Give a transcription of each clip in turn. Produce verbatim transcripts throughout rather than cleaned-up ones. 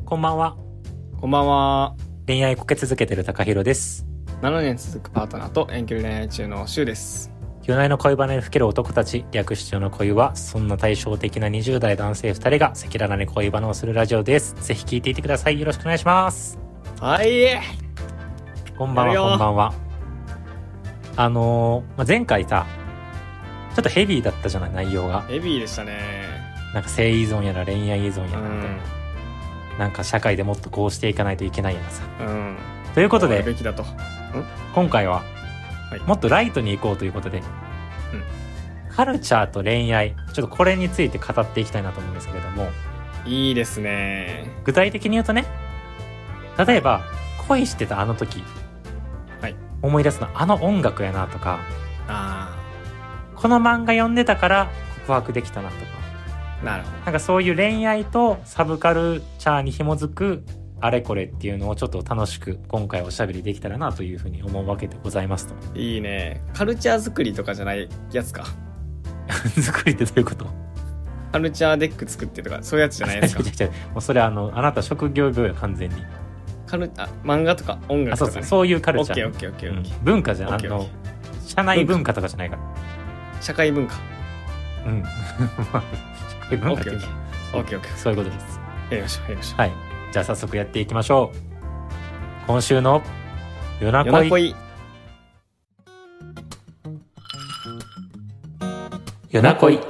こんばんは。 こんばんは。 恋愛こけ続けてる高弘です。 ななねん続くパートナーと遠距離恋愛中のシュウです。 夜な夜な恋バナにふける男たち、略して夜の恋は、そんな対照的なにじゅう代男性ふたりが赤裸々に恋バナをするラジオです。ぜひ聞いていてください。よろしくお願いします。 はい。 こんばんは、こんばんは。あのーまあ、前回さ、ちょっとヘビーだったじゃない、内容が。 ヘビーでしたね。 なんか性依存やら恋愛依存やらみたいな、 うん、 なんか社会でもっとこうしていかないといけないやらさ、 うん、 ということでべきだと。 今回は、 はい、 もっとライトに行こうということで、うん、カルチャーと恋愛、ちょっとこれについて語っていきたいなと思うんですけれども。 いいですね。 具体的に言うとね、例えば恋してたあの時、 はい、 思い出すのあの音楽やなとか、 あこの漫画読んでたから告白できたなとか、 なるほど。 なんかそういう恋愛とサブカルチャーに紐づくあれこれっていうのをちょっと楽しく今回おしゃべりできたらなというふうに思うわけでございますと。 いいね。カルチャー作りとかじゃないやつか。 作りってどういうこと？ カルチャーデック作ってとかそういうやつじゃないですか。 違う違う違う、もうそれはあのあなた職業病や完全に。 カルあ漫画とか音楽とか、ね、 あそうそう、そういうカルチャー。 オッケーオッケーオッケーオッケー。 文化じゃん、あの社内文化とかじゃないから。 社会文化。 うん。社会文化っていうか。 オッケーオッケー。 そういうことです。 やりましょうやりましょう。 はい。じゃあ早速やっていきましょう。今週の夜な恋。夜な恋。夜な恋。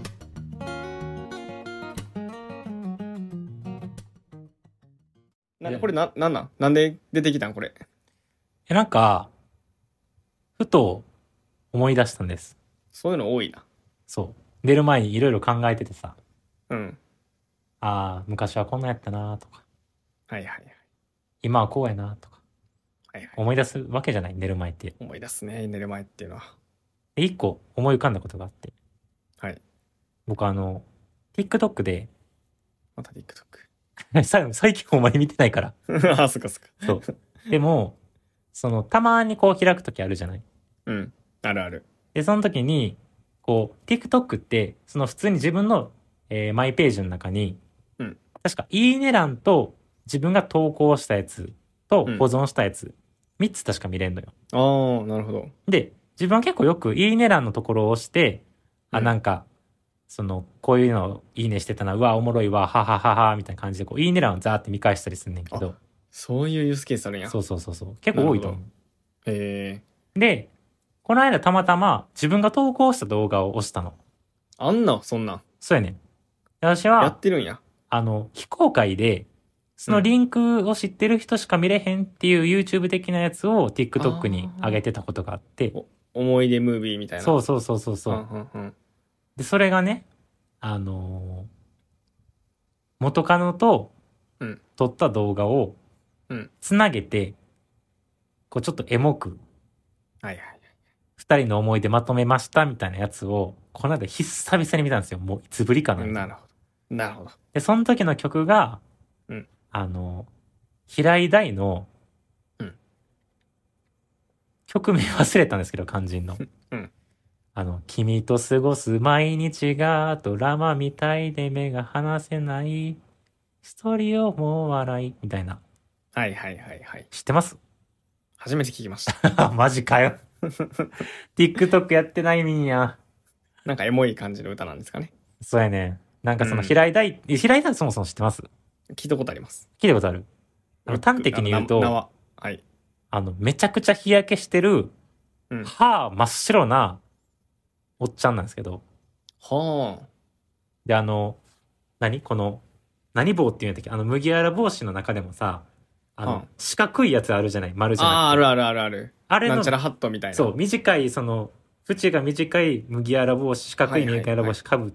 なこれな、なんなんなんで出てきたんこれ。 え、なんか、ふと思い出したんです。 そういうの多いな。 そう。出る前にいろいろ考えててさ。 うん。 ああ、昔はこんなんやったなとか。 はいはいはい。 今はこうやなとか。 はいはい。 思い出すわけじゃない、寝る前って。 思い出すね、寝る前っていうのは。 で、一個思い浮かんだことがあって。 はい。 僕あの、TikTok で。 また TikTok。 最近ほんまに見てないから。 あ、そっかそっか。 そう。でも、その、たまにこう開くときあるじゃない？ うん。あるある。 で、その時に、こう、TikTok って、その普通に自分の、えー、マイページの中に、 うん、 確か、いいね欄と自分が投稿したやつと保存したやつ、うん、みっつ確か見れんのよ。 ああ、なるほど。 で、自分は結構よくいいね欄のところを押して、うん、あ、なんか、その、こういうのをいいねしてたな、うわ、おもろいわ、はははは、みたいな感じで、こう、いいね欄をザーって見返したりすんねんけど。 そういうユースケースあるんや。 そうそうそうそう。結構多いと思う。 へえ。で、この間たまたま自分が投稿した動画を押したの。 あんな、そんな。 そうやねん。私は、 やってるんや。 あの、非公開で、そのリンクを知ってる人しか見れへんっていう YouTube 的なやつを TikTok に上げてたことがあって。 思い出ムービーみたいな。 そうそうそうそうそう。 うんうんうん、 で、それがね、あのー、元カノと撮った動画をつなげて、こうちょっとエモく、 はいはい。 二人の思い出まとめましたみたいなやつを、この間久々に見たんですよ。もういつぶりかな。 なるほど。なるほど。 で、その時の曲が、 うん、 あの、平井大の、うん、曲名忘れたんですけど、肝心の。 うん、 あの、君と過ごす毎日がドラマみたいで目が離せない、一人をもう笑い、みたいな。 はいはいはいはい。 知ってます？ 初めて聞きました。 マジかよ。TikTok やってないんや。 なんかエモい感じの歌なんですかね。 そうやね。なんかその平井大、うん、平井大そもそも知ってます？ 聞いたことあります。 聞いたことある？あの端的に言うと、 はい、 あの、めちゃくちゃ日焼けしてる、うん、歯真っ白なおっちゃんなんですけど。 はあ。 で、あの、何この、何帽っていうんだっけ？あの、麦わら帽子の中でもさ、あの、はあ、四角いやつあるじゃない？丸じゃなくて。 ああ、あるあるあるある。 あれの、 なんちゃらハットみたいな。 そう、短い、その、縁が短い麦わら帽子、四角い麦わら帽子かぶって、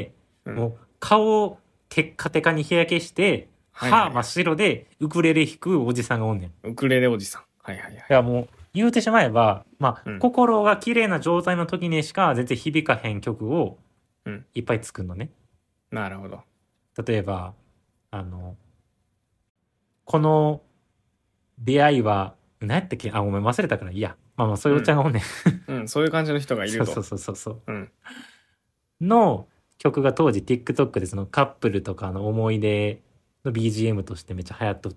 もう、顔をテッカテカに日焼けして、はいはいはい、歯真っ白で、ウクレレ弾くおじさんがおんねん。 ウクレレおじさん。はいはいはい。いや、もう、言うてしまえば、まあ、うん、心が綺麗な状態の時にしか全然響かへん曲を、いっぱい作るのね、 うん。なるほど。 例えば、あの、この出会いは、何やったっけ？あ、ごめん、忘れたからいいや。まあまあ、そういうおっちゃんがおんねん。 うん、うん、そういう感じの人がいると。 そうそうそうそう。 うん。 の曲が当時 TikTok でそのカップルとかの思い出の ビージーエム としてめっちゃ流行っとって、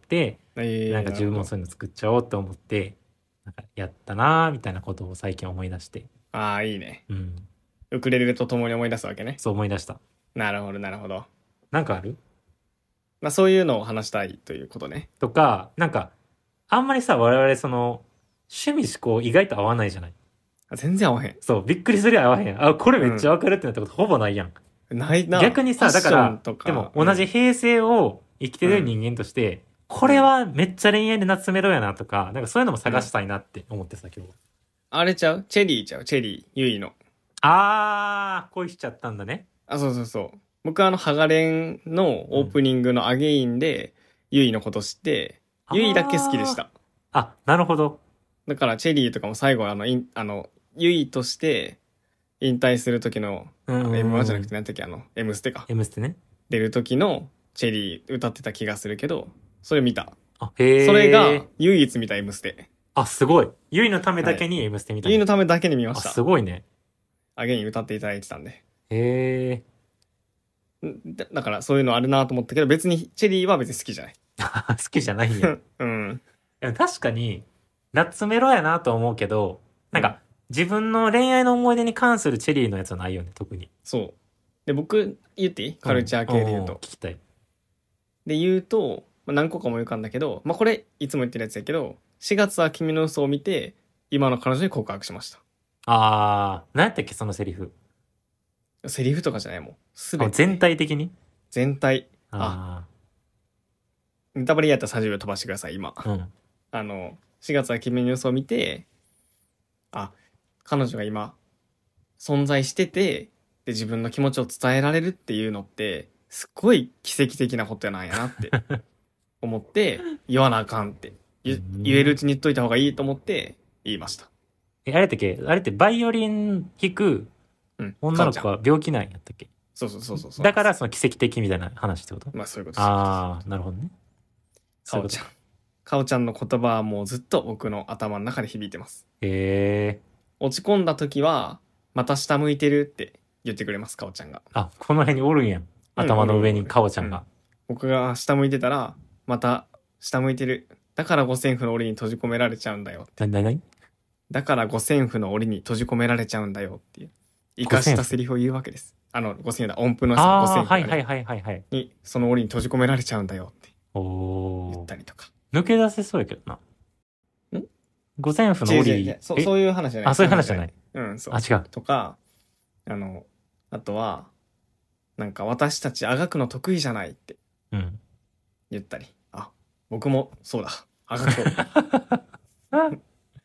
えー、 なんか自分もそういうの作っちゃおうと思って、なんかやったなーみたいなことを最近思い出して。 ああ、いいね。 うん。 ウクレレと共に思い出すわけね。 そう思い出した。 なるほど、なるほど。 なんかある？ まあそういうのを話したいということね。 とか、なんか、あんまりさ、我々その、趣味思考意外と合わないじゃない？ あ全然合わへそう、びっくりするよ合わへん。あ、これめっちゃわかるってなったことほぼないやん。 ん。ないな。 逆にさ、だかファッションらと、かでも同じ平成を生きてる人間として、これはめっちゃ恋愛で夏メロやなとか、なんかそういうのも探したいなって思ってさ、今日。 あれちゃうチェリーちゃうチェリー、ゆいの。 あー、恋しちゃったんだね。 あ、そうそうそう。僕はあの、ハガレンのオープニングのアゲインで、ゆいのこと知って、ゆいだけ好きでした。 あ、なるほど。 だから、チェリーとかも最後あの、インあの、ゆいとして引退する時の、 うんうんうん、 エムワン じゃなくて何だっけ、あの、M ステか。 M ステね。 出る時のチェリー歌ってた気がするけど、それ見た。 あ、へー。 それが唯一見た M ステ。 あ、すごい。ゆいのためだけに M ステ見た、 はい、ゆいのためだけに見ました。 あ、すごいね。 アゲイン歌っていただいてたんで。 へー。だ, だからそういうのあるなと思ったけど、別にチェリーは別に好きじゃない。 好きじゃないんや。 うん。 確かに、夏メロやなと思うけど、なんか、自分の恋愛の思い出に関するチェリーのやつはないよね、特に。 そう。で、僕、言っていいカルチャー系で言うと。うん、 聞きたい。 で、言うと、まあ、何個かも浮かんだけど、まあ、これ、いつも言ってるやつやけど、しがつは君の嘘を見て、今の彼女に告白しました。 あー、何やったっけ、そのセリフ。 セリフとかじゃないもん。すべて。 全体的に全体。 ああ。 ネタバレやったらさんじゅうびょう飛ばしてください、今。 うん。 あの、しがつは君の嘘を見て、あ、彼女が今、存在してて、で、自分の気持ちを伝えられるっていうのって、すっごい奇跡的なことなんやなって思って、言わなあかんって。言えるうちに言っといた方がいいと思って言いました。 え、あれだっけあれってバイオリン弾く女の子は病気なんやったっけ、うん、 そうそうそうそう。 だからその奇跡的みたいな話ってこと？ まあそういうことです。 ああ、なるほどね。 かおちゃん。かおちゃんの言葉はもうずっと僕の頭の中で響いてます。 へえ。 落ち込んだ時は、また下向いてるって言ってくれます、かおちゃんが。 あ、この辺におるんやん。頭の上にかおちゃんが、 うん。僕が下向いてたら、また下向いてる。だから五線譜の檻に閉じ込められちゃうんだよって。 な、な、なに？ だから五線譜の檻に閉じ込められちゃうんだよっていう。生かしたセリフを言うわけです。あの、五線譜だ、音符のさ、五線譜、ね、 はいはいはいはいはい。 に、その檻に閉じ込められちゃうんだよって。 お言ったりとか。 抜け出せそうやけどな。ん五線譜の檻。 そ、そういう話じゃない。 あ、そういう話じゃない。 うん、そう。 あ、違う。 とか、あの、あとは、なんか私たちあがくの得意じゃないって言ったり、うん、あ、僕もそうだ、あがこう。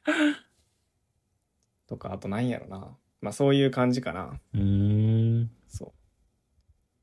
とか、あと何やろな。まあそういう感じかな。 うーん。 そう。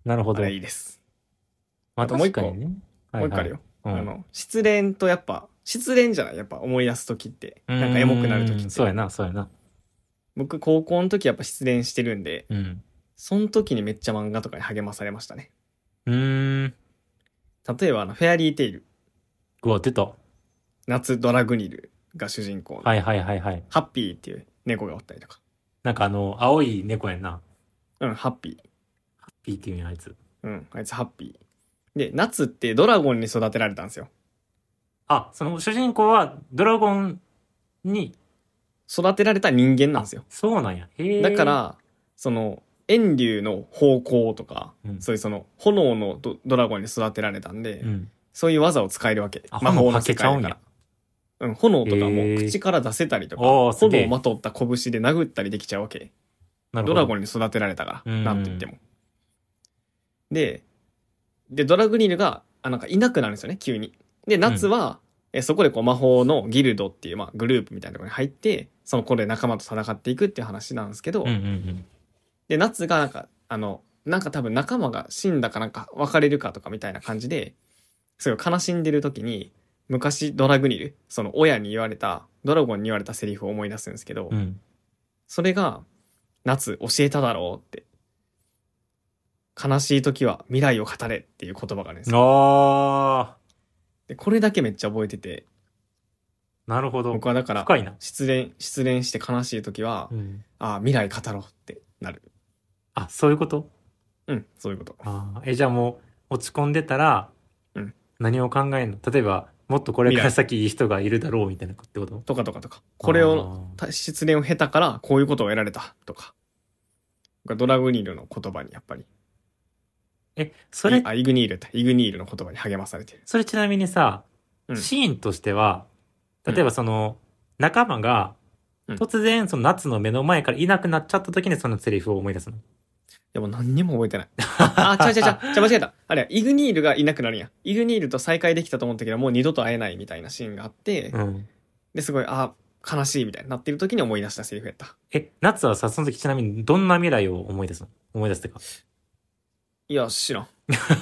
なるほど。 あれいいです。 まあ、 あともう一個、 ね、 もう一個あるよ。はいはい、あの、失恋とやっぱ、失恋じゃないやっぱ思い出すときって。なんかエモくなるときって。 そうやな、そうやな。 僕、高校の時やっぱ失恋してるんで、 うん、 その時にめっちゃ漫画とかに励まされましたね。 うーん。 例えば、あの、フェアリーテイル。 うわ、出た。 夏ドラグニルが主人公の。 はいはいはいはい。 ハッピーっていう猫がおったりとか。 なんかあの、青い猫やんな。 うん、ハッピー。 ハッピーっていうのあいつ。 うん、あいつハッピー。で、夏ってドラゴンに育てられたんですよ。 あ、その主人公はドラゴンに育てられた人間なんですよ。 そうなんや。へー。 だから、その、炎竜の方向とか、うん、そういうその、炎の ド, ドラゴンに育てられたんで、うん、そういう技を使えるわけ。魔法の世界だから。うん、炎とかも口から出せたりとか、炎をまとった拳で殴ったりできちゃうわけ。ドラゴンに育てられたから、なんて言っても。で、で、ドラグニルが、あ、なんかいなくなるんですよね、急に。で、夏は、うん、えそこでこう魔法のギルドっていう、まあ、グループみたいなところに入って、そのこれ仲間と戦っていくっていう話なんですけど、 うんうんうん、 で、夏がなんか、あの、なんか多分仲間が死んだかなんか別れるかとかみたいな感じで、すごい悲しんでる時に、昔ドラグニル、その親に言われた、ドラゴンに言われたセリフを思い出すんですけど、 うん、 それが、夏教えただろうって。悲しい時は未来を語れっていう言葉があるんですよ。 あで、これだけめっちゃ覚えてて。 なるほど。 僕はだから、 深いな。 失恋、失恋して悲しい時は、うん、ああ、未来語ろうってなる。 あ、そういうこと？ うん、そういうこと。 あえ、じゃあもう、落ち込んでたら、 うん。 何を考えんの？例えば、もっとこれから先いい人がいるだろうみたいなってこと？ とかとかとか。これを、失恋を経たからこういうことを得られたとか。ドラグニールの言葉にやっぱり。 え、それ、 あ、イグニールって、イグニールの言葉に励まされてる。 それちなみにさ、うん、シーンとしては、例えばその、仲間が、突然その夏の目の前からいなくなっちゃった時にそのセリフを思い出すの？ いやもう何にも覚えてない。あ、ちゃうちゃうちゃう、ちゃ間違えた。あれ、イグニールがいなくなるんや。イグニールと再会できたと思ったけど、もう二度と会えないみたいなシーンがあって、うん、で、すごい、あ、悲しいみたいになってる時に思い出したセリフやった。 え、夏はさ、その時ちなみにどんな未来を思い出すの？思い出すってか。 いや、知らん。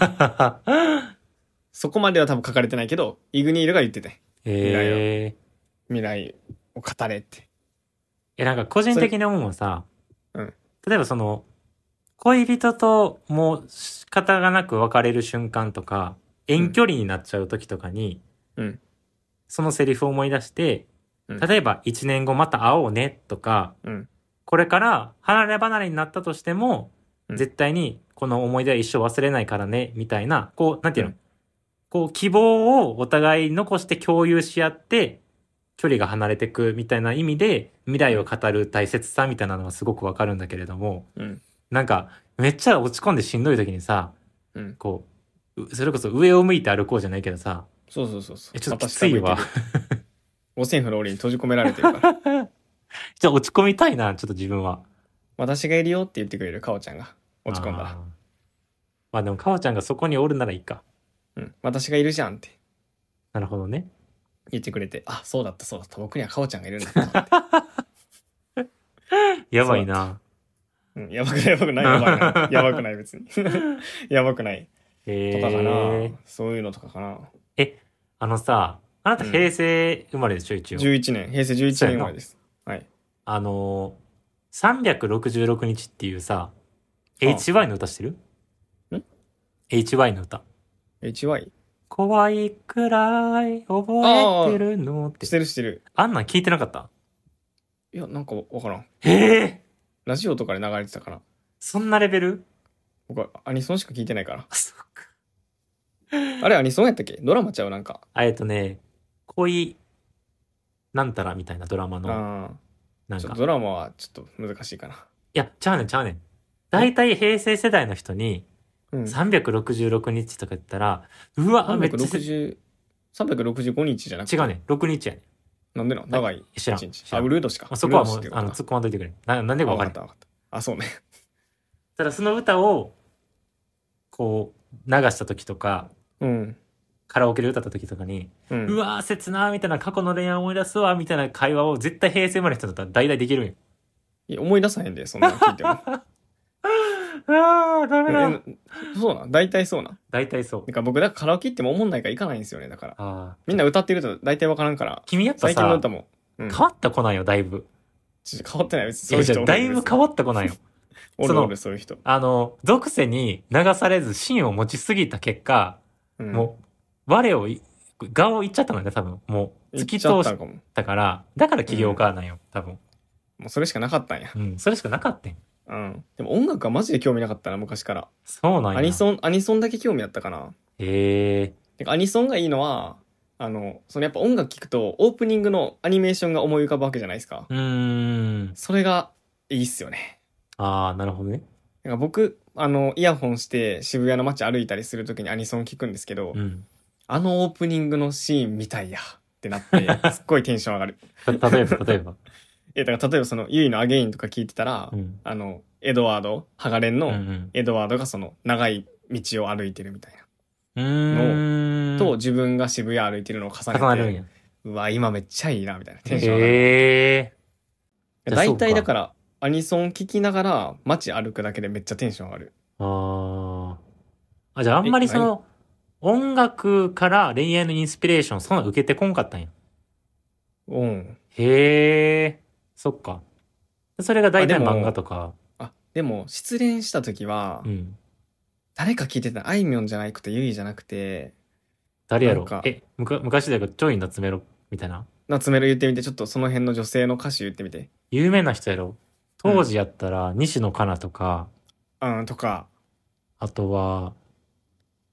そこまでは多分書かれてないけど、イグニールが言ってて。未来を、未来を語れって。 え、なんか個人的に思うのはさ、うん、例えばその、恋人ともう仕方がなく別れる瞬間とか、遠距離になっちゃう時とかに、うん、そのセリフを思い出して、うん、例えば一年後また会おうねとか、うん、これから離れ離れになったとしても、うん、絶対にこの思い出は一生忘れないからね、みたいな、こう、なんていうの、うん、こう希望をお互い残して共有し合って、距離が離れていくみたいな意味で、未来を語る大切さみたいなのはすごくわかるんだけれども、うん、なんか、めっちゃ落ち込んでしんどい時にさ、うん、こう、それこそ上を向いて歩こうじゃないけどさ、 そうそうそうそう。 え、ちょっときついわ。 五線譜の檻に閉じ込められてるから。 じゃあ落ち込みたいな、ちょっと自分は。 私がいるよって言ってくれる、かおちゃんが。落ち込んだら。 あまあでも、かおちゃんがそこにおるならいいか。 うん。私がいるじゃんって。 なるほどね。 言ってくれて、あ、そうだったそうだった。僕にはかおちゃんがいるんだって。 やばいな。 うん、やばくないやばくないやばくない。やばくない別に。やばくない。とかかな。そういうのとかかな。 え、あのさ、あなた平成生まれでしょ、一応。 じゅういちねん。平成じゅういちねん生まれです。はい。 あのー、さんびゃくろくじゅうろくにちっていうさ、エイチワイ の歌してる？ん ?エイチワイ の歌。 エイチワイ？ 怖いくらい覚えてるのって。 してるしてる。 あんなん聞いてなかった？ いや、なんかわからん。 へえ。 ラジオとかで流れてたかな。 そんなレベル？ 僕はアニソンしか聞いてないから。 あ、そっか。 あれアニソンやったっけ？ドラマちゃうなんか。 あ、えっとね、恋、なんたらみたいなドラマの。あなんか。ドラマはちょっと難しいかな。いや、ちゃうねんちゃうねん。だいたい平成世代の人に、さんびゃくろくじゅうろくにちとか言ったら、うわ、めっちゃ。 さんびゃくろくじゅうごにちじゃなくて。 違うねん。ろくにちやねん。 なんでの長い。 知らん。 あ、ウルードしか。 そこはもう、あの、突っ込まんといてくれ。な、なんでか分かる。 分かった分かった。あ、そうね。 ただその歌を、こう、流した時とか、うん。カラオケで歌った時とかに、うん、うわー、切なーみたいな過去の恋愛思い出すわみたいな会話を絶対平成生まれの人だったら大体できるんよ。 いや、思い出さへんで、そんなの聞いても。ああ、ダメだ。 そうなん大体そうなん大体そう。 なんか僕、だからカラオケ行っても思んないから行かないんですよね、だから。みんな歌ってると大体わからんから。 君やっぱさ、 最近の歌も、 うん、変わった子なんよ、だいぶ。 ち変わってない別に。そういう人だいぶ変わった子なんよ。 おるおる、そういう人。 あの、属性に流されず芯を持ちすぎた結果、うん、もう、我を、側を言っちゃったのね、多分。もう、突き通したから、だから起業家なんよ、うん、多分。 もうそれしかなかったんや。 うん、それしかなかったん。 うん。でも音楽はマジで興味なかったな、昔から。 そうなんや。 アニソン、アニソンだけ興味あったかな。 へえ。アニソンがいいのは、あの、そのやっぱ音楽聴くと、オープニングのアニメーションが思い浮かぶわけじゃないですか。 うーん。 それがいいっすよね。 ああ、なるほどね。 なんか僕、あの、イヤホンして渋谷の街歩いたりするときにアニソン聞くんですけど、うん、あのオープニングのシーンみたいやってなって、すっごいテンション上がる。 例えば、例えば。 え、だから例えばその、ユイのアゲインとか聞いてたら、うん、あの、エドワード、ハガレンのエドワードがその、長い道を歩いてるみたいなのと、自分が渋谷歩いてるのを重ねて、重ねるんや。うわ、今めっちゃいいな、みたいなテンション上がる。へー。大体だから、アニソン聴きながら街歩くだけでめっちゃテンション上がる。 ああ。じゃああんまりその、音楽から恋愛のインスピレーションそんな受けてこんかったんや。 うん。 へえ。そっか。それが大体漫画とか。 あ、でも、失恋した時は、うん、誰か聞いてたあいみょんじゃなくて、ゆいじゃなくて、 誰やろえ、むか昔だけど、ちょい夏メロみたいな。 夏メロ言ってみて、ちょっとその辺の女性の歌手言ってみて。 有名な人やろ当時やったら、西野カナとか、 うん、とか。 あとは、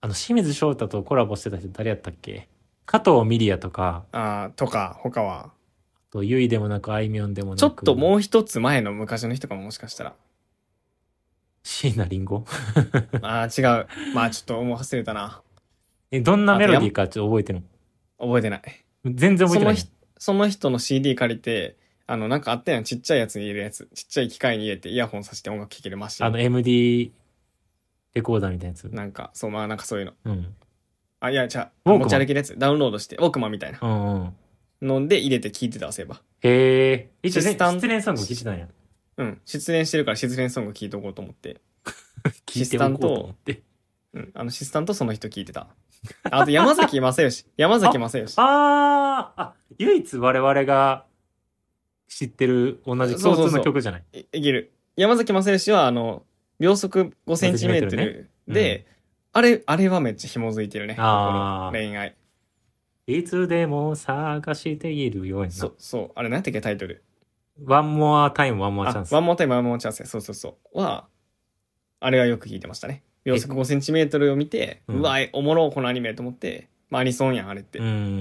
あの、清水翔太とコラボしてた人誰やったっけ？加藤ミリアとか。 ああ、とか、他は。 と、ゆいでもなく、あいみょんでもなく。 ちょっともう一つ前の昔の人かも、もしかしたら。 椎名林檎ああ、違う。まあちょっともう忘れたな。 え、どんなメロディーかちょっと覚えてるの？覚えてない。 全然覚えてない。 そのその人の シーディー 借りて、あの、なんかあったやん、ちっちゃいやつに入れるやつ。ちっちゃい機械に入れてイヤホンさせて音楽聴けるマシン。 あの エムディー レコーダーみたいなやつ。 なんか、そう、まあなんかそういうの。 うん。 あ、いや、じゃあ、持ち歩けるやつ。ダウンロードして、ウォークマンみたいな。 うんうん。 ので入れて聴いてたわ、そういえば。 へえ。一応、 失恋ソング聴いてたんや。 うん。失恋してるから失恋ソング聴いておこうと思って。 聞いておこうと思って。 うん。あの、シスタンとその人聴いてた。あと、山崎正義。山崎正義。 ああ、あ、唯一我々が知ってる同じ共通の曲じゃない？ そうそうそう。いける。山崎正義は、あの、秒速ごセンチメートルで、ね、うん、あれ、あれはめっちゃ紐づいてるね。ああ。恋愛。 いつでも探しているようにな。 そう、そう。あれ、なんていうかタイトル。 ワンモアタイム、ワンモアチャンス。 ワンモアタイム、ワンモアチャンス。そうそうそう。は、あれはよく聞いてましたね。秒速ごセンチメートルを見て、うわ、おもろ、このアニメと思って、まあアニソンやん、あれって。うん。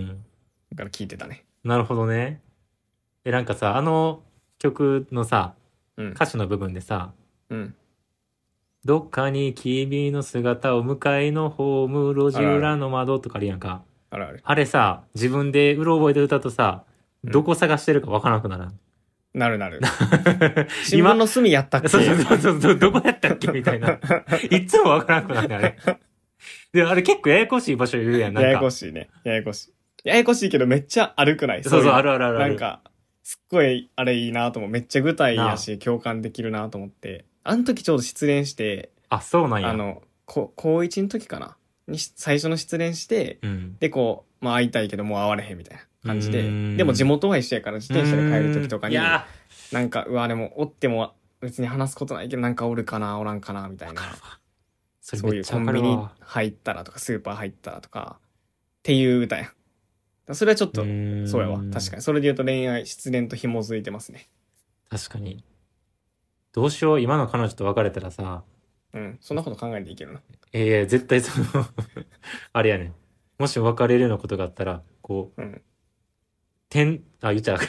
だから聞いてたね。 なるほどね。え、なんかさ、あの曲のさ、うん、歌詞の部分でさ、うん。どっかに君の姿を向かいのホーム、路地裏の窓とかあるやんか。 あるある。 あれさ、自分でうろ覚えで歌うとさ、どこ探してるかわからなくならん。 なるなる。新聞の隅やったっけ？ そうそうそうそう、どこやったっけみたいな。いつもわからなくなるあれ。で、あれ結構ややこしい場所言うやん、なんか。 ややこしいね。ややこしい。ややこしいけどめっちゃ歩くない？ そうそう、あるあるある。 なんか、すっごいあれいいなと思う。めっちゃ具体やし、共感できるなと思って。あの時ちょうど失恋して、 あ、そうなんや。 あの、こ高一の時かなに最初の失恋して、うん、で、こう、まあ会いたいけどもう会われへんみたいな感じで、でも地元は一緒やから自転車で帰る時とかに、なんか、うわ、でも、おっても別に話すことないけど、なんかおるかな、おらんかな、みたいな。そそういうコンビニ入ったらとか、スーパー入ったらとか、っていう歌や。それはちょっと、そうやわ。確かに。それで言うと恋愛、失恋と紐づいてますね。 確かに。どうしよう、今の彼女と別れたらさ。 うん、そんなこと考えていけるな。 ええー、絶対そのあれやねん。もし別れるようなことがあったら、こう、うん、点、あ、言っちゃう。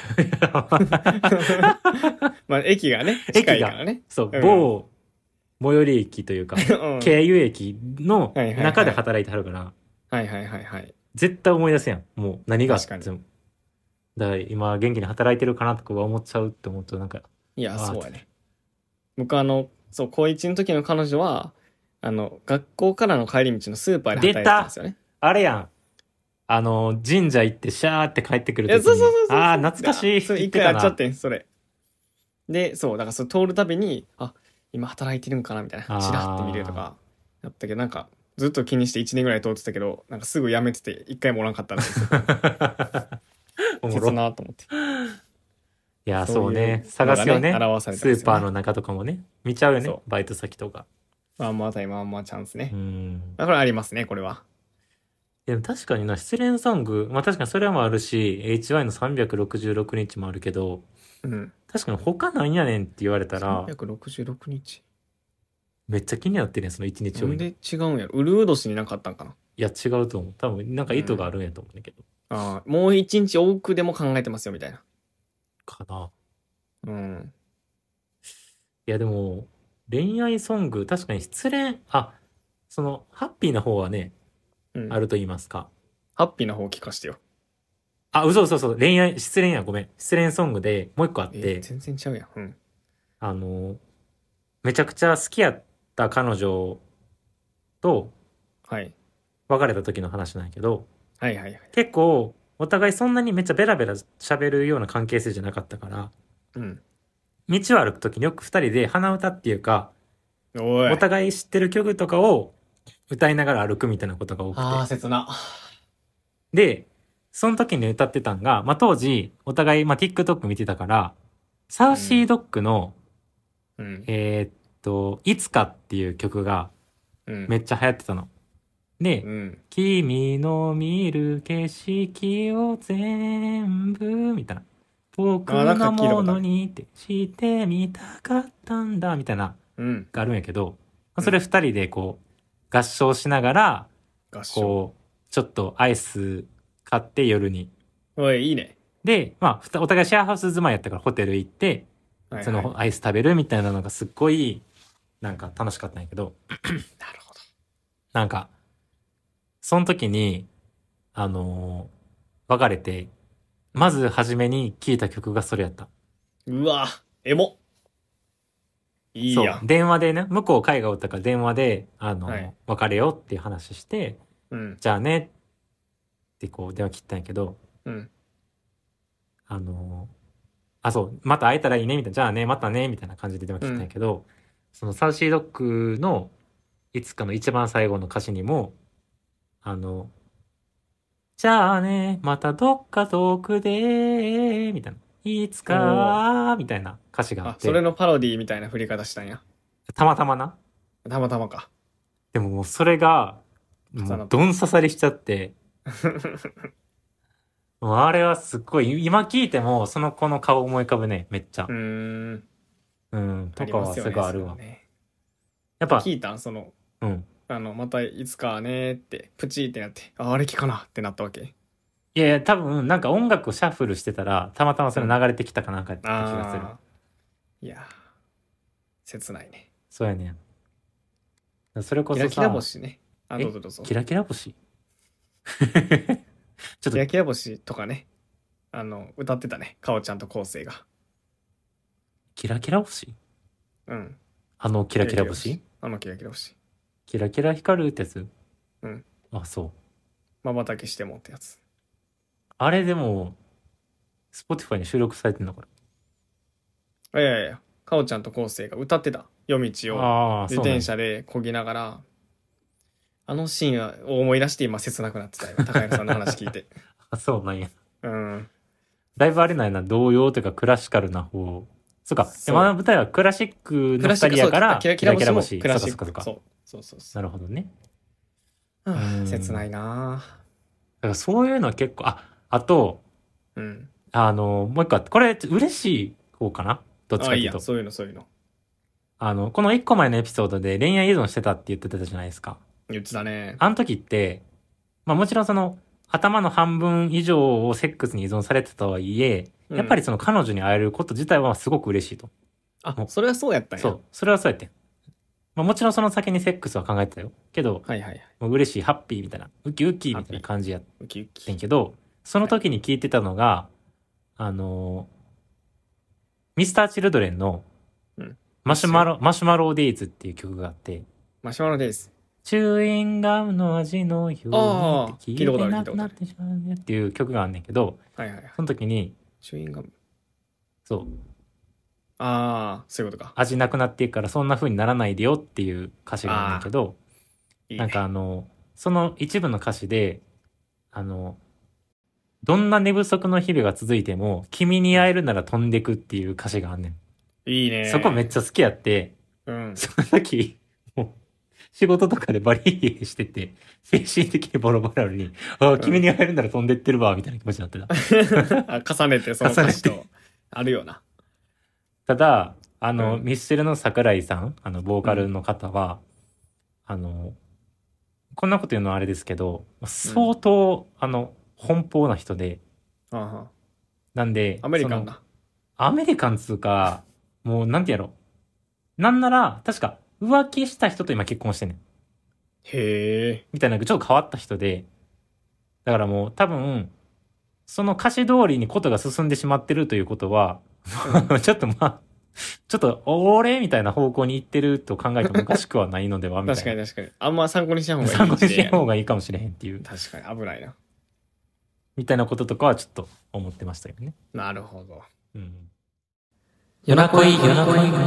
まあ、駅がね、近いからね。 そう、うん、某、最寄り駅というか、うん、経由駅の中で働いてはるから。 はいはいはいはい。 絶対思い出せやん。もう何があっても。だから今元気に働いてるかなとか思っちゃうって思うとなんか。 いや、そうやね。僕あの、そう、高一の時の彼女は、あの、学校からの帰り道のスーパーで働いてたんですよね。 あれやん。あの、神社行ってシャーって帰ってくる時に。そうそうそうそう。ああ、懐かしい。 それ一回やっちゃってん、それ。で、そう、だからそれ通るたびに、あ、今働いてるんかなみたいな。チラって見るとか、やったけど、なんか、ずっと気にしていちねんぐらい通ってたけど、なんかすぐ辞めてて、一回もおらんかったらしい。おもろなと思って。 いや、そうね。探すよね。スーパーの中とかもね。見ちゃうよね。バイト先とか。 まあまあタイまあまあチャンスね。うん。だからありますね、これは。 でも確かにな、失恋ソング、まあ確かにそれもあるし、エイチワイ のさんびゃくろくじゅうろくにちもあるけど、うん。確かに他なんやねんって言われたら、 さんびゃくろくじゅうろくにちめっちゃ気になってるやん、そのいちにちを。 なんで違うんやろ。うるう年になかったんかな。 いや、違うと思う。多分、なんか意図があるんやと思うんだけど。 うん、ああ、もういちにち多くでも考えてますよ、みたいな。 かな。うん。いや、でも、恋愛ソング、確かに失恋、あ、その、ハッピーな方はね、うん、あると言いますか。 ハッピーな方聞かしてよ。 あ、嘘嘘嘘、恋愛、失恋や、ごめん。失恋ソングでもう一個あって。えー、全然ちゃうやん。うん。 あの、めちゃくちゃ好きやった彼女と、はい。別れた時の話なんやけど、 はいはいはい。 結構、お互いそんなにめっちゃベラベラ喋るような関係性じゃなかったから、うん。道を歩く時によく二人で鼻歌っていうか、おいお互い知ってる曲とかを歌いながら歩くみたいなことが多くて。 ああ、切な。 で、その時に歌ってたんが、まあ、当時、お互い、まあ、TikTok 見てたから、サウシードッグの、うん、えー、っと、いつかっていう曲が、めっちゃ流行ってたの。で、うん、君の見る景色を全部、みたいな。僕のものにってしてみたかったんだ、みたいな、があるんやけど、うん、それ二人でこう、合唱しながら、 合唱。 こう、ちょっとアイス買って夜に。 おい、いいね。 で、まあ、ふたお互いシェアハウス住まいやったからホテル行って、 はいはい、 そのアイス食べるみたいなのがすっごい、なんか楽しかったんやけど。 なるほど。 なんか、その時に、あのー、別れて、まず初めに聴いた曲がそれやった。 うわ、エモ。いいやん。 そう、電話でね、向こう海外おったから電話で、あの、 はい、 別れようっていう話して、 うん、 じゃあねってこう電話切ったんやけど、 うん、 あのー、あ、そう、また会えたらいいねみたいな、じゃあね、またねみたいな感じで電話切ったんやけど、うん、そのサウシードッグのいつかの一番最後の歌詞にも、あの、じゃあね、またどっか遠くで、みたいな。いつか、みたいな歌詞があって。 あ、それのパロディみたいな振り方したんや。 たまたまな。 たまたまか。 でももうそれが、もうどん刺さりしちゃって。もうあれはすっごい、今聞いてもその子の顔思い浮かぶね、めっちゃ。 うーん。 うん、とかはすごいあるわ。 ね、 やっぱ。 聞いたんその、 うん。 あの、またいつかねって、プチってなって、あ、あれ聞かなってなったわけ。 いやいや、多分、なんか音楽をシャッフルしてたら、たまたまそれ流れてきたかなんかやった気がする。 うん、いや切ないね。 そうやねん。それこそさ。 キラキラ星ね。あ、どうぞどうぞ。 キラキラ星ちょっと。キラキラ星とかね。あの、歌ってたね。かおちゃんとこうせいが。 キラキラ星うん。 あのキラキラ星あのキラキラ星。 キラキラ光るってやつうん。 あ、そう。 まばたきしてもってやつ。 あれでも、Spotify に収録されてんのこれ。いやいやいや、かおちゃんとこうせいが歌ってた。夜道を自転車で漕ぎながら、あのシーンを思い出して今切なくなってたよ。高原さんの話聞いて。 あ、そうなんや。 うん。 だいぶあれなんやな、童謡というかクラシカルな方。そうか。でもあの舞台はクラシックの二人やから、 キラキラ星もクラシック。 そうかそうか。 そうそうそう。 なるほどね。 はあ、切ないな。 だからそういうのは結構、あ、あと、 うん。 あの、もう一個あって、これ嬉しい方かなどっちかっていうと。 あ、いいや、そういうのそういうの。 あの、この一個前のエピソードで恋愛依存してたって言ってたじゃないですか。 言ってたね。 あの時って、まあもちろんその、頭の半分以上をセックスに依存されてたとはいえ、やっぱりその彼女に会えること自体はすごく嬉しいと。 あ、それはそうやったんや。 そう。それはそうやってん。まあもちろんその先にセックスは考えてたよ。けど、 はいはいはい。 もう嬉しい、ハッピーみたいな、ウキウキみたいな感じやってんけど、 ウキウキその時に聞いてたのが、はい、あのー、ミスターチルドレンの、マシュマロ、マシュマロデイズっていう曲があって、 マシュマロデイズ。 チューインガムの味のようにって聞いてなくなってしまうっていう曲があんねんけど、 はいはいはい。 その時に、 チューインガムそう。 ああ、そういうことか。 味なくなっていくからそんな風にならないでよっていう歌詞があんねんけど、いいね、なんかあの、その一部の歌詞で、あの、どんな寝不足の日々が続いても、君に会えるなら飛んでくっていう歌詞があんねん。 いいね。 そこめっちゃ好きやって、 うん。 その時、もう、仕事とかでバリエしてて、精神的にボロボロなのに、ああ、君に会えるなら飛んでってるわ、みたいな気持ちになってた。重ねて、その歌詞と、あるよな。 ただ、あの、うん、ミスチルの桜井さん、あの、ボーカルの方は、うん、あの、こんなこと言うのはあれですけど、相当、うん、あの、奔放な人で、 はあはあ、 なんで、 アメリカンな。 アメリカンつうか、もう、なんてやろ。なんなら、確か、浮気した人と今結婚してんねん。 へえ。 みたいな、ちょっと変わった人で、だからもう、多分、その歌詞通りにことが進んでしまってるということは、うん、ちょっとまあ、ちょっと、俺みたいな方向に行ってると考えてもおかしくはないのではみたいな。 確かに確かに。あんま参考にしない方がいい。 参考にしない方がいいかもしれへんっていう。 確かに、危ないな。 みたいなこととかはちょっと思ってましたけどね。 なるほど。 うん。夜な恋、夜な恋。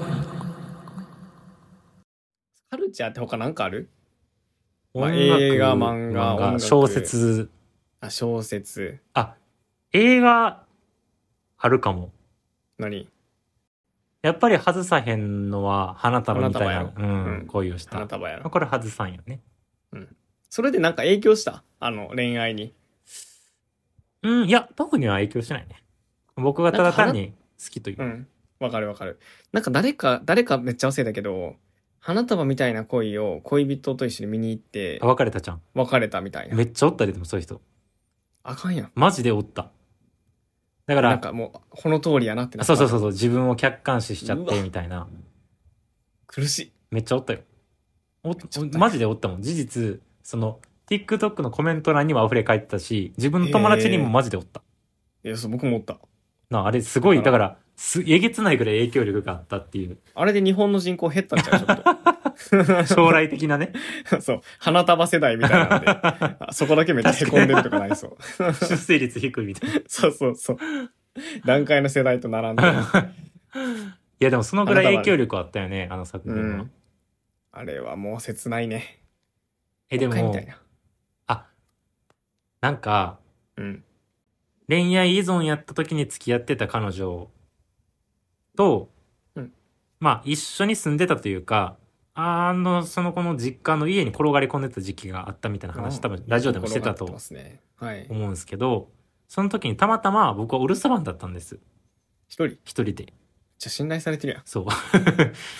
カルチャーって他なんかある？まあ、映画、漫画、音楽、 小説。 あ、小説。 あ、映画、あるかも。 何？ やっぱり外さへんのは花束みたいな、うん、うん、恋をした。 花束やろ。 これ外さんよね。 うん。それでなんか影響した？あの、恋愛に。 うん、いや、特には影響しないね。僕がただ単に好きという。 うん。わかるわかる。なんか誰か、誰かめっちゃ忘れたけど、 花束みたいな恋を恋人と一緒に見に行ってあ、別れたじゃん。 別れたみたいな。 めっちゃおったで、でもそういう人。 あかんやん。 マジでおった。だから、 なんかもう、この通りやなってなった。 そうそうそうそう、自分を客観視しちゃって、みたいな。 苦しい。 めっちゃおったよ。おマジでおったもん。事実、その、TikTok のコメント欄にも溢れ返ってたし、自分の友達にもマジでおった。 いや、そう、僕もおった。 なあれ、すごい、だから、す、えげつないぐらい影響力があったっていう。 あれで日本の人口減ったんちゃうちょっと。将来的なね。 そう。花束世代みたいなんで、そこだけめっちゃ凹んでるとかなりそう。 出生率低いみたいな。 そうそうそう。段階の世代と並んで。 いや、でもそのぐらい影響力あったよね、あの作品は。うん、 あれはもう切ないね。 え、でも、 みたいなあ、なんか、 うん。 恋愛依存やった時に付き合ってた彼女と、 うん、 まあ一緒に住んでたというか、あの、その子の実家の家に転がり込んでた時期があったみたいな話、多分ラジオでもしてたと思うんですけど、その時にたまたま僕はお留守番だったんです。 一人一人で。 めっちゃ信頼されてるやん。 そう。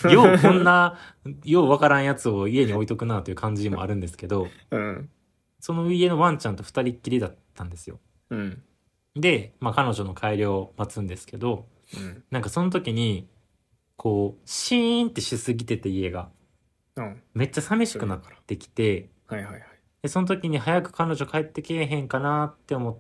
ようこんな、ようわからんやつを家に置いとくなという感じもあるんですけど、 うん、 その家のワンちゃんと二人っきりだったんですよ。 うん、 で、まあ彼女の帰りを待つんですけど、 うん、 なんかその時に、こう、シーンってしすぎてて家が。 うん、 めっちゃ寂しくなってきて、 はいはいはい。 で、その時に早く彼女帰ってけえへんかなって思って、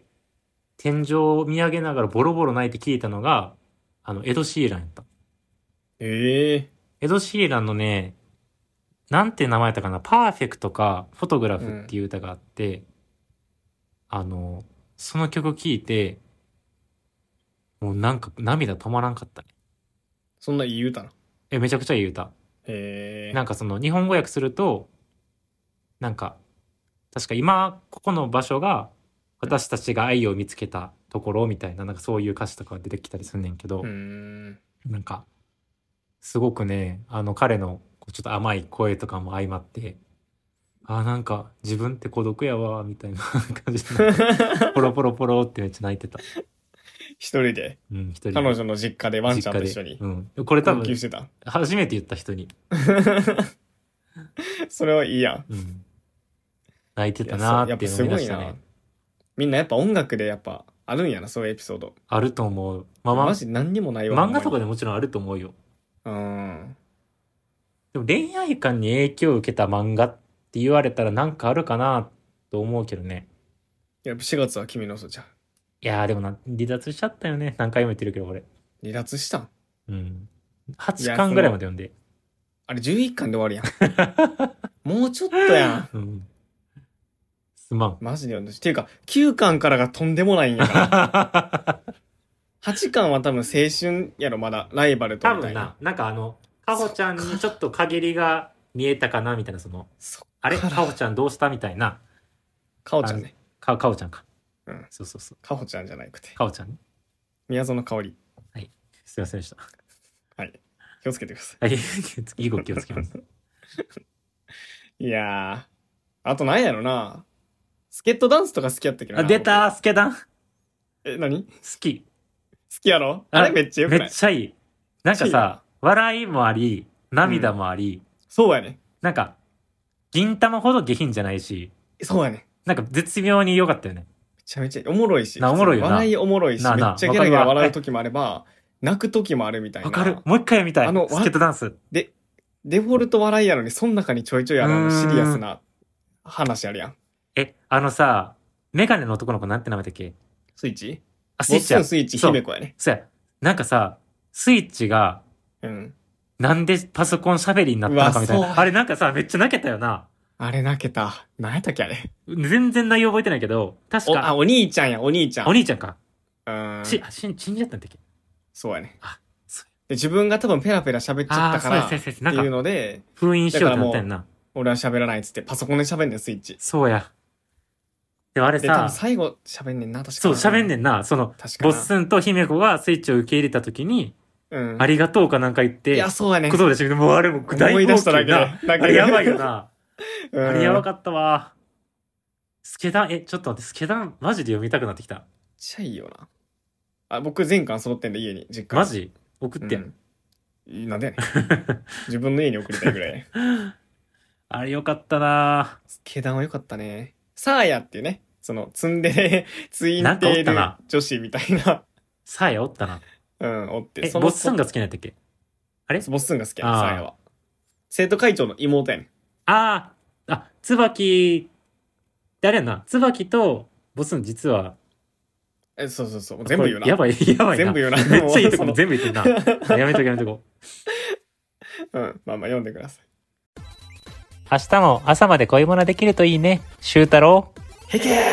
天井を見上げながらボロボロ泣いて聞いたのが、あの、エド・シーランやった。 ええー。 エド・シーランのね、なんて名前やったかな、パーフェクトか、フォトグラフっていう歌があって、うん、あの、その曲聴いて、もうなんか涙止まらんかったね。 そんないい歌な。 え、めちゃくちゃいい歌。 へえ。 なんかその日本語訳すると、なんか、確か今、ここの場所が私たちが愛を見つけたところみたいな、なんかそういう歌詞とかが出てきたりすんねんけど、 うーん、 なんか、すごくね、あの彼のちょっと甘い声とかも相まって、あーなんか自分って孤独やわ、みたいな感じで、ポロポロポロってめっちゃ泣いてた。 一人で、 うん、一人で。 彼女の実家でワンちゃんと一緒に。 うん。これ多分、 してた初めて言った人に。 それはいいやん。 うん。泣いてたなーって思い出したね。 みんなやっぱ音楽でやっぱあるんやな、そういうエピソード。 あると思う。 まあ、マジ何にもないわ。 漫画とかでもちろんあると思うよ。 うん。 でも恋愛観に影響を受けた漫画って言われたらなんかあるかなと思うけどね。 やっぱしがつは君の嘘じゃん。 いやーでもな、離脱しちゃったよね。何回も言ってるけど俺。 離脱したん？ うん。はちかんぐらいまで読んで。 あれじゅういっかんで終わるやん。もうちょっとやん。うん。 すまん。 マジで読んで。っていうか、きゅうかんからがとんでもないんやから。はちかんは多分青春やろ、まだ。ライバルとみたいな。 多分な、なんかあの、かほちゃんにちょっと陰りが見えたかなみたいな、その、そあれかほちゃんどうしたみたいな。 かほちゃんね。 か、かほちゃんか。 うん。 そうそうそう。 かほちゃんじゃなくて。 かほちゃんね。 宮園香織。 はい。すいませんでした。 はい。気をつけてください。はい。以後気をつけます。 いやー。あとなんやろな。スケットダンスとか好きやったけどな。 あ、出たスケダン。 え、何？ 好き。 好きやろ？あれめっちゃよくない？ めっちゃいい。なんかさ、笑いもあり、涙もあり。うん、 そうやね。 なんか、銀玉ほど下品じゃないし。 そうやね。 なんか絶妙に良かったよね。 めちゃめちゃおもろいし。 な、おもろいよな。 笑いおもろいし、めっちゃゲラゲラ笑う時もあれば、泣く時もあるみたいな。 わかる。もう一回見たい。あの、スケットダンス。 で、デフォルト笑いやのに、その中にちょいちょいあるシリアスな話あるやん。 え、あのさ、メガネの男の子なんて名前だっけ？ スイッチ？ あ、スイッチや。 スイッチ、姫子やね。 そうや。なんかさ、スイッチが、 うん。 なんでパソコン喋りになったのかみたいな。あれなんかさ、めっちゃ泣けたよな。 あれ泣けた。何やったっけあれ。 全然内容覚えてないけど、確か。 あ、お兄ちゃんや、お兄ちゃん。 お兄ちゃんか。 うん。 ち、しん、死んじゃったんだっけ？ そうやね。 あ、そうや。 で、自分が多分ペラペラ喋っちゃったから、っていうので、 封印しようってなったんな。 俺は喋らないっつって、パソコンで喋んねん、スイッチ。 そうや。でもあれさ、 で、多分最後喋んねんな、確かそう、喋んねんな。その、ボッスンと姫子がスイッチを受け入れたときに、うん、ありがとうかなんか言って、 いや、そうやね。 言葉でしめて、もうあれも大思い出しただけで。 あれやばいよな。うん、あれやばかったわ。スケダン、え、ちょっと待って、スケダン、マジで読みたくなってきた。めっちゃいいよな。あ、僕全巻揃ってんで、家に、実家。 マジ送ってん、 うん。 なんでやねん。自分の家に送りたいぐらい。 あれよかったな。 下段はよかったね。サーヤっていうね、その、ツンデレ、ツインテール女子みたいな。 サーヤおったな。 うん、おって。 え、ボッスンが好きなんやったっけ？あれボッスンが好きやね、サーヤは。生徒会長の妹やねん。 ああ、あ、椿、誰やんな。椿とボスン実は、 え、そうそうそう。全部言うな。 やばい、やばいな。 全部言うな。 めっちゃいいとこ全部言ってんな。やめとけやめとこ。 うん、まあまあ読んでください。 明日も朝まで恋物できるといいね。修太郎。 へけ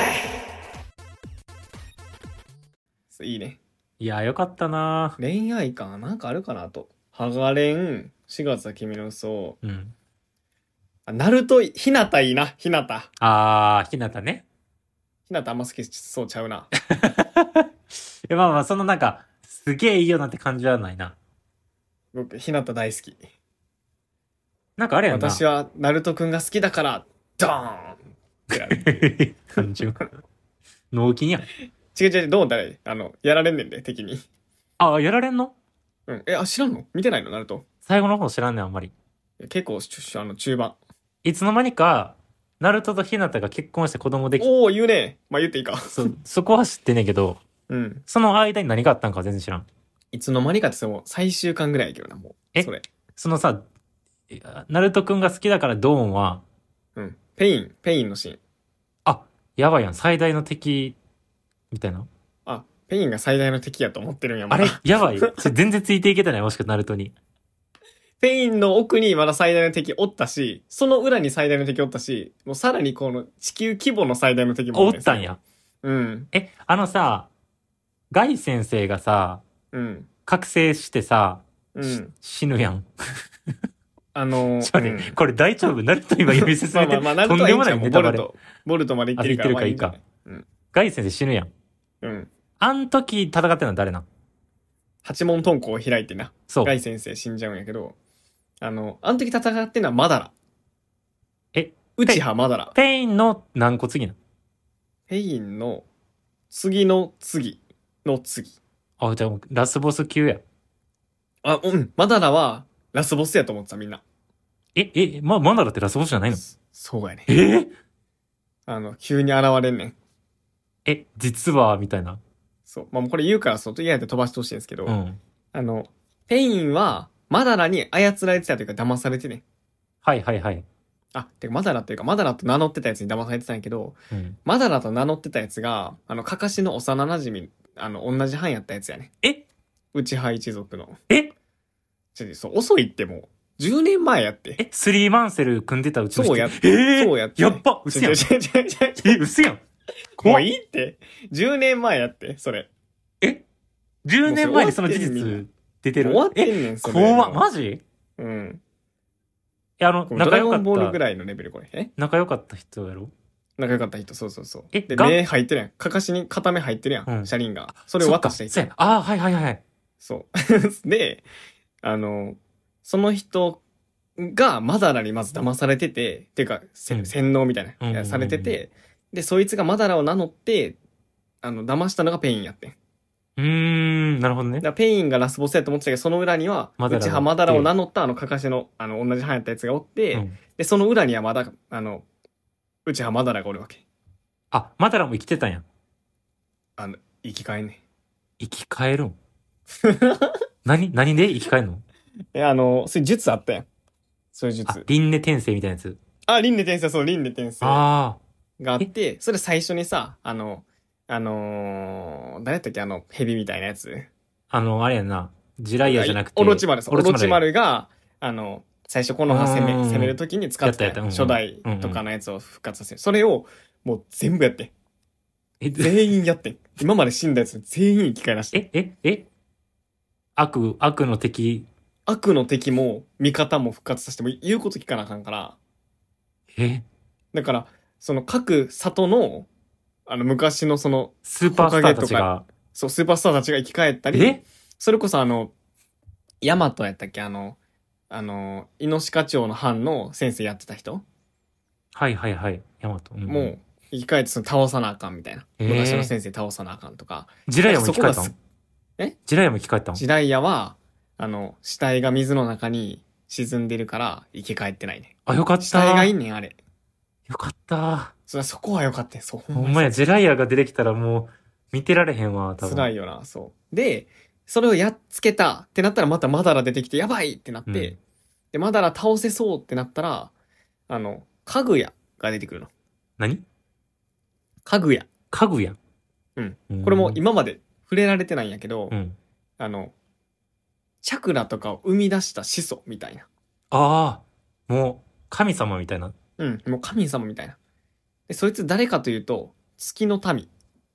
ーいいね。 いや、よかったな。 恋愛感なんかあるかなと。ハガレン、しがつは君の嘘。 うん。 あ、ナルト、ひなたいいな、ひなた。 あー、ひなたね。 ひなたあんま好きそうちゃうな。 いや、まあまあ、そのなんか、すげえいいよなんて感じはないな。 僕、ひなた大好き。 なんかあれやんな。 私は、ナルトくんが好きだから、ドーンってやる。 単純。脳筋やん。 違う違う、どう誰あの、やられんねんで、敵に。 ああ、やられんの？ うん。え、あ、知らんの見てないのナルト。 最後の方知らんねん、あんまり。 結構、ちょあの、中盤。 いつの間にか、ナルトとヒナタが結婚して子供できおお言うね。まあ言っていいか。 そ、そこは知ってんねんけど、 うん。 その間に何があったんかは全然知らん。 いつの間にかってもう最終巻ぐらいやけどな、もう。 えそれ。 そのさ、ナルトくんが好きだからドーンは、 うん。ペイン、ペインのシーン。 あ、やばいやん、最大の敵、みたいな。 あ、ペインが最大の敵やと思ってるんやもん。 あれやばい。全然ついていけてない、もしかナルトに。 ペインの奥にまだ最大の敵おったし、その裏に最大の敵おったし、もうさらにこの地球規模の最大の敵もおったんや。 うん。 え、あのさ、ガイ先生がさ、 うん。 覚醒してさ、 うん。 死ぬやん。 あのー、 ちょっと待って、これ大丈夫ナルト今読み進めて、 まあまあまあ、 とんでもないネタバレ。 ボルト、ボルトまで行ってるから。 あ、行ってるかいいか。 うん。 ガイ先生死ぬやん。 うん。 あん時戦ってんの誰なん？ 八門遁甲を開いてな。 そう。 ガイ先生死んじゃうんやけど、あの、あの時戦ってんのはマダラ。 え、 内葉マダラ。 ペインの何個次なの？ ペインの次の次の次。 あ、じゃあラスボス級や。 あ、うん。マダラはラスボスやと思ってたみんな。 え、え、ま、マダラってラスボスじゃないの？ そうやね。 えー、 あの、急に現れんねん。 え、実は、みたいな。 そう。まあ、もうこれ言うからそう、とりあえず飛ばしてほしいんですけど、 うん。 あの、ペインは、マダラに操られてたというか騙されてね。 はいはいはい。 あ、てかマダラっていうか、マダラと名乗ってたやつに騙されてたんやけど、 うん、 マダラと名乗ってたやつが、あの、カカシの幼馴染、あの、同じ班やったやつやね。 え内派一族の。 えちょ、そう、遅いってもう、じゅうねんまえやって。 え、スリーマンセル組んでたうちの人。 そうやって。 えー、 そうやって。 やっぱ、うすやん。え、うすやん。 もういいって。じゅうねんまえやって、それ。 え ?じゅう 年前にその事実出てる。 終わってんねん、 それ。怖っ、マジ？ うん。 え、あの、仲良かった。ドラゴンボールぐらいのレベルこれ。え仲良かった人やろ？ 仲良かった人、そうそうそう。 え、 で、目入ってるやん。かかしに片目入ってるやん、うん、車輪が。それを渡した人。 ああ、はいはいはい。 そう。で、あの、その人がマダラにまず騙されてて、っていうか、うん、洗脳みたいな、されてて、で、そいつがマダラを名乗って、あの、騙したのがペインやってん。 うーん、なるほどね。 だペインがラスボスやと思ってたけど、その裏には、うちはマダラを名乗ったあの、かかしの、あの、同じ班やったやつがおって、うん、で、その裏にはまだ、あの、うちはマダラがおるわけ。 あ、マダラも生きてたんや。 あの、生き返んねん。 生き返るん何、何で生き返るの？ え、あの、そういう術あったやん。そういう術。 あ、輪廻転生みたいなやつ。 あ、輪廻転生、そう、輪廻転生。 ああ。があって、それ最初にさ、あの、あのー、誰やったっけあの、蛇みたいなやつ。 あの、あれやんな。ジライアじゃなくて。 オロチマル、オロチマルが、あの、最初この葉攻め、攻めるときに使ってた、 うん、 初代とかのやつを復活させる。それを、もう全部やってん。え、全員やってん。今まで死んだやつ全員生き返らして。 え、え、え悪、悪の敵。 悪の敵も味方も復活させても言うこと聞かなあかんから。 えだから、その各里の、あの昔のその、 スーパースターたちが。 そう、スーパースターたちが生き返ったり。 えそれこそあの、ヤマトやったっけあの、あの、イノシカ町の藩の先生やってた人はいはいはい。ヤマト。 うん、もう、生き返ってその倒さなあかんみたいな。えー、昔の先生倒さなあかんとか。 ジライアも生き返ったの？ えジライアも生き返ったの？ ジライアは、 あの、死体が水の中に沈んでるから生き返ってないね。 あ、よかった。 死体がいんねん、あれ。 よかった。 そ、そこはよかったよ。そう。 ほんまや、ジェライアが出てきたらもう、見てられへんわ、多分。 辛いよな、そう。で、それをやっつけたってなったらまたマダラ出てきて、やばいってなって、うん、で、マダラ倒せそうってなったら、あの、かぐやが出てくるの。 何かぐや。 かぐや。 うん。これも今まで触れられてないんやけど、うん、あの、チャクラとかを生み出した始祖みたいな。 ああ、もう、神様みたいな。 うん、もう神様みたいな。で、そいつ誰かというと、月の民。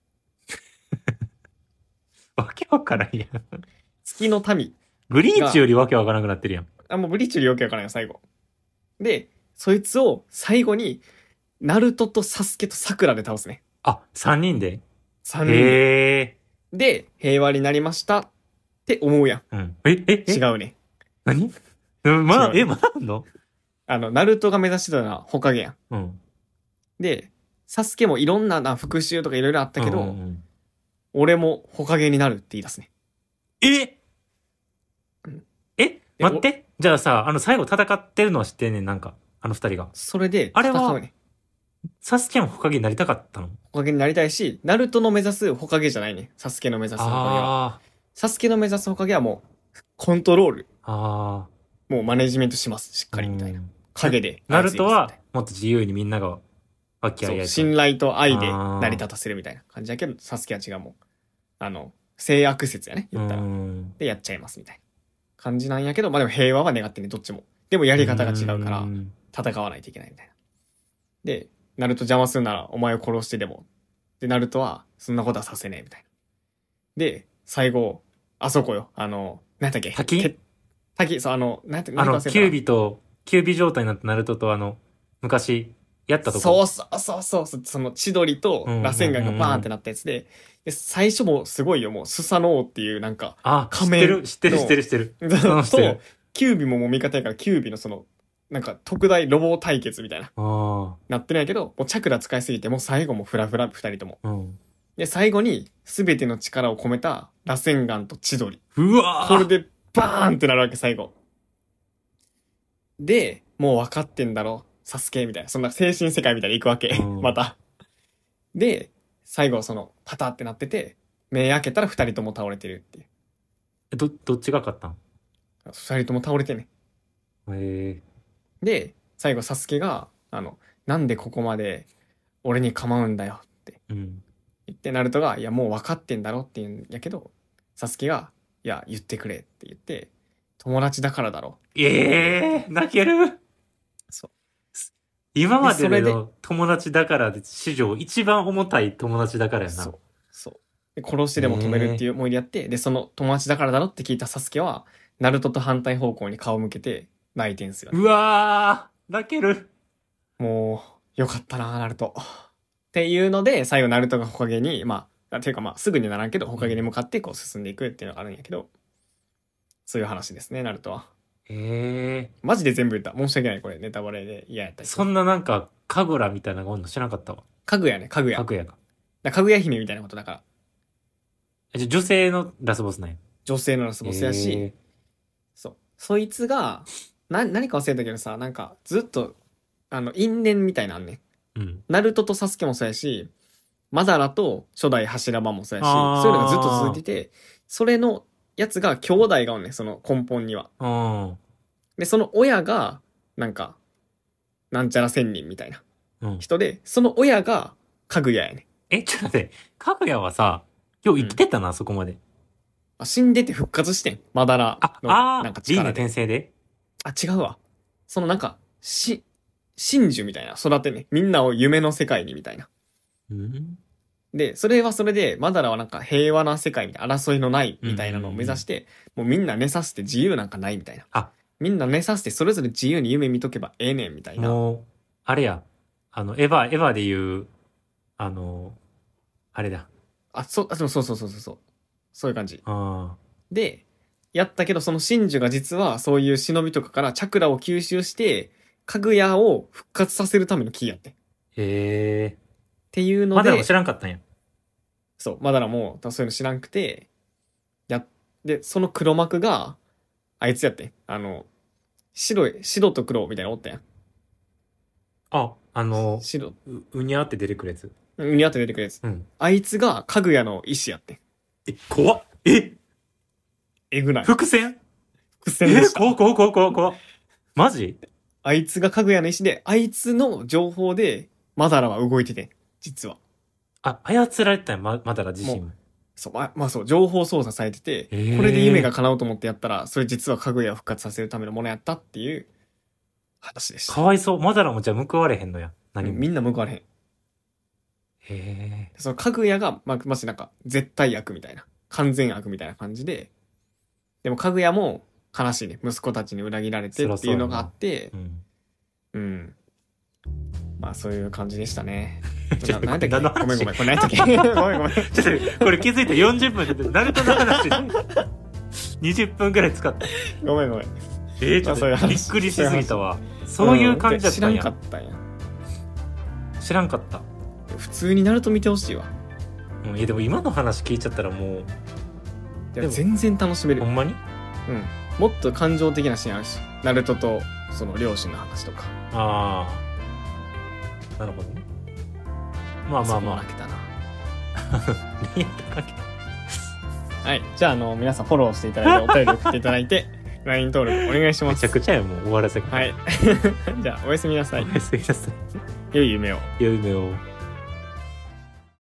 わけわからんやん。 月の民。 ブリーチよりわけわからなくなってるやん。 あ、もうブリーチよりわけわからんよ、最後。で、そいつを最後に、ナルトとサスケとサクラで倒すね。 あ、三人で三人で。へー。で、平和になりましたって思うやん。 うん。え、え、え違うね。 何まあ、え、まだあんのあの、ナルトが目指してたのはホカゲやん。 うん。で、 サスケもいろんなな復讐とかいろいろあったけど、うんうんうん、俺もホカゲになるって言い出すね。 え、うん、え待って。じゃあさ、あの最後戦ってるのは知ってんねん、なんか。あの二人が。 それで、 あれは、サスケもホカゲになりたかったの？ ホカゲになりたいし、ナルトの目指すホカゲじゃないね。サスケの目指すホカゲは。サスケの目指すホカゲはもう、コントロール。ああ。もうマネジメントします。しっかりみたいな。影で。 ナルトは、もっと自由にみんなが、 わきあいあい。信頼と愛で成り立たせるみたいな感じだけど、サスケは違うもん。あの、性悪説やね。言ったら。で、やっちゃいますみたいな感じなんやけど、まあでも平和は願ってね、どっちも。でもやり方が違うから、戦わないといけないみたいな。で、ナルト邪魔するならお前を殺してでも。で、ナルトは、そんなことはさせねえみたいな。で、最後、あそこよ。あの、何だっけ滝滝、そう、あの、何て、 あの、キュービと、キュービ状態になったナルトとあの、昔、やったとこ。 そうそうそうそう、その千鳥と螺旋岩がバーンってなったやつで、で最初もすごいよ、もう、スサノオっていうなんか、 あ、仮面。知ってる、知ってる、知ってる、知ってる。 と、キュービももう味方やから、キュービのその、なんか特大ロボ対決みたいな。なってるんやけど、もうチャクラ使いすぎて、もう最後もフラフラ、二人とも。うん、で、最後に、すべての力を込めた、螺旋岩と千鳥。 うわこれで、バーンってなるわけ、最後。で、もう分かってんだろ、サスケみたいな。そんな精神世界みたいに行くわけ。うん、また。で、最後その、パタってなってて、目開けたら二人とも倒れてるっていう。 え、ど、どっちが勝ったん？ 二人とも倒れてね。 へえ。 で、最後サスケが、あの、なんでここまで俺に構うんだよって言って、ナルトが、いやもう分かってんだろって言うんやけど、サスケが、いや言ってくれって言って、友達だからだろ。 ええー、泣ける。そう。今までの友達だからで史上一番重たい友達だからやな。 そう。そう。で殺してでも止めるっていう思いでやって、で、その友達だからだろって聞いたサスケは、ナルトと反対方向に顔を向けて泣いてんすよね。 うわー、泣ける。 もう、よかったな、ナルト。っていうので、最後ナルトがホカゲに、まあ、ていうかまあ、すぐにならんけど、ホカゲに向かってこう進んでいくっていうのがあるんやけど、そういう話ですね、ナルトは。 へえ。 マジで全部言った。申し訳ない、これ、ネタバレで嫌やったり。 そんななんか、かぐらみたいなのがおんの知らなかったわ。 かぐやね、かぐや。 かぐやか。 だかぐや姫みたいなことだから。 じゃ、女性のラスボスなんや。 女性のラスボスやし、そう。そいつが、な、何か忘れたけどさ、なんか、ずっと、あの、因縁みたいなんね。うん。ナルトとサスケもそうやし、マダラと初代柱場もそうやし、そういうのがずっと続いてて、それのやつが兄弟がおんねん、その根本には。で、その親が、なんか、なんちゃら仙人みたいな人で、うん、その親が、かぐややね。 え、ちょっと待って、かぐやはさ、よう生きてたな、うん、そこまで。 あ、死んでて復活してん。まだらの。あ、あなんか力で。リーの転生であ、違うわ。そのなんか、し、真珠みたいな、育てね。みんなを夢の世界にみたいな。うん、で、それはそれで、マダラはなんか平和な世界みたいな、争いのないみたいなのを目指して、もうみんな寝させて自由なんかないみたいな。あ、みんな寝させてそれぞれ自由に夢見とけばええねんみたいな。 もう、あれや、あの、エヴァ、エヴァで言う、あの、あれだ。 あ、そう、あ、そうそうそうそうそう。そういう感じ。あで、やったけどその真珠が実はそういう忍びとかからチャクラを吸収して、かぐやを復活させるためのキーやって。へー。っていうので。 マダラも知らんかったんや。 そう、マダラもそういうの知らんくて、や、で、その黒幕が、 あいつやって。あの、白い、白と黒みたいなのおったやん。 あ、あの、 白。 う、うにゃって出てくるやつ。 うにゃって出てくるやつ。 うん。 あいつが、かぐやの意志やって。 え、怖っ。ええぐない。 伏線伏線でした。 え、怖っ怖っ怖っ怖っ怖っ。マジあいつがかぐやの意志で、あいつの情報で、マダラは動いてて、実は。 あ、操られてたんや、ま、マダラ自身も。 そう、ま、まあそう、情報操作されてて、 えーこれで夢が叶うと思ってやったら、それ実はかぐやを復活させるためのものやったっていう話でした。 かわいそう。マダラもじゃあ報われへんのや。何も。 みんな報われへん。 へえ。 そのかぐやが、ま、ましなんか、絶対悪みたいな。完全悪みたいな感じで、でもかぐやも悲しいね。息子たちに裏切られてっていうのがあって、 うん。 うん。まあそういう感じでしたね。 ちょっと何だっけ何の話ごめんごめん。これ何だっけごめんごめん。 ちょっと、これ気づいたよんじゅっぷんで、ナルトの話、にじゅっぷんくらい使った。 ごめんごめん。 えー、ちょっとまあそういう話びっくりしすぎたわ。そういう感じだったんや。 知らんかったんや。 知らんかった。 普通にナルト見てほしいわ。 うん、いやでも今の話聞いちゃったらもう、 いや全然楽しめる。 ほんまに？ うん。もっと感情的なシーンあるし、ナルトとその両親の話とか。 ああ。なるほどね。まあまあまあ。 泣けたな。 何やったっけ？ はい。じゃあ、あの、皆さんフォローしていただいて、お便り送っていただいて、ライン 登録お願いします。 めちゃくちゃやもう終わらせはい。じゃあ、おやすみなさい。 おやすみなさい。 良い夢を。 良い夢を。